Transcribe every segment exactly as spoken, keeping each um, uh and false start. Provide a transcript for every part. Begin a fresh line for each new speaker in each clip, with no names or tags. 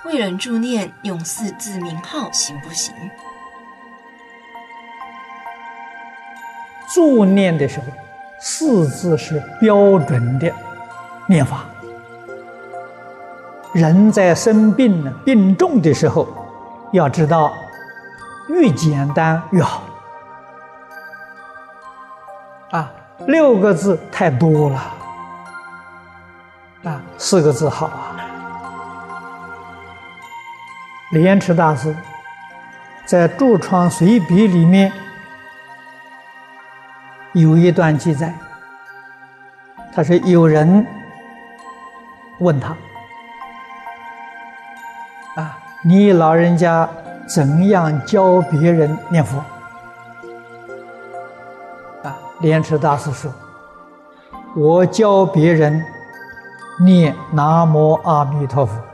为人助念用四字名号行不行？
助念的时候，四字是标准的念法。人在生病呢、病重的时候，要知道越简单越好。啊，六个字太多了，啊，四个字好啊。莲池大师在《著创随笔》里面有一段记载，他说有人问他啊，你老人家怎样教别人念佛？啊，莲池大师说，我教别人念南无阿弥陀佛。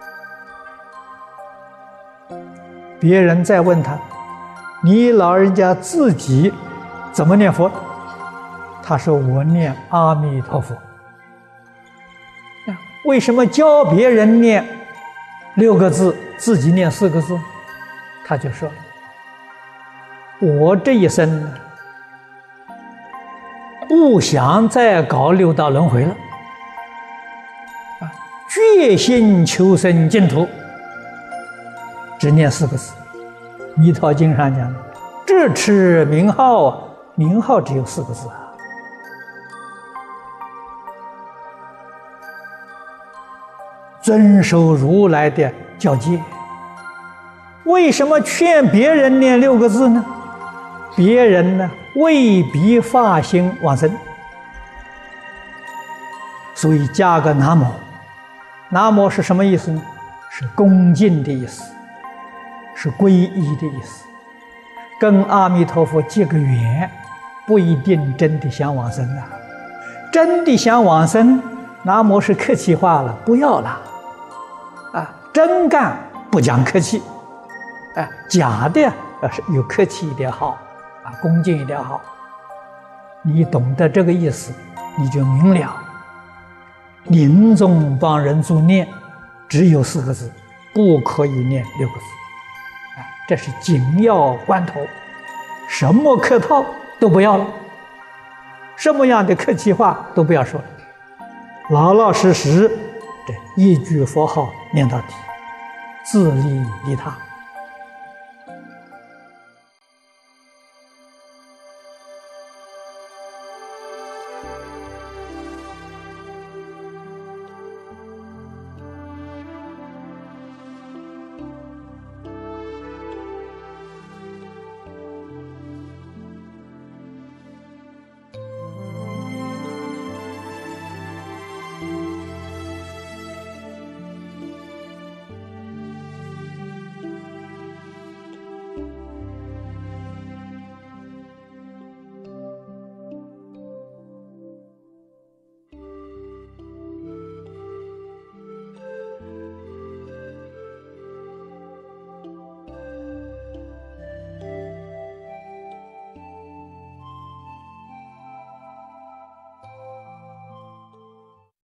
别人再问他，你老人家自己怎么念佛？他说我念阿弥陀佛。为什么教别人念六个字，自己念四个字？他就说，我这一生呢，不想再搞六道轮回了，啊，决心求生净土，只念四个字。《弥陀经》上讲，智持名号，名号只有四个字啊。遵守如来的教诫。为什么劝别人念六个字呢？别人呢未必发心往生，所以加个南无。南无是什么意思呢？是恭敬的意思，是皈依的意思，跟阿弥陀佛结个缘，不一定真的想往生啊。真的想往生，南无是客气话了，不要了啊！真干不讲客气，啊，假的要是有客气一点好，啊，恭敬一点好。你懂得这个意思，你就明了。临终帮人助念，只有四个字，不可以念六个字。这是紧要关头，什么客套都不要了，什么样的客气话都不要说了，老老实实这一句佛号念到底，自利利他。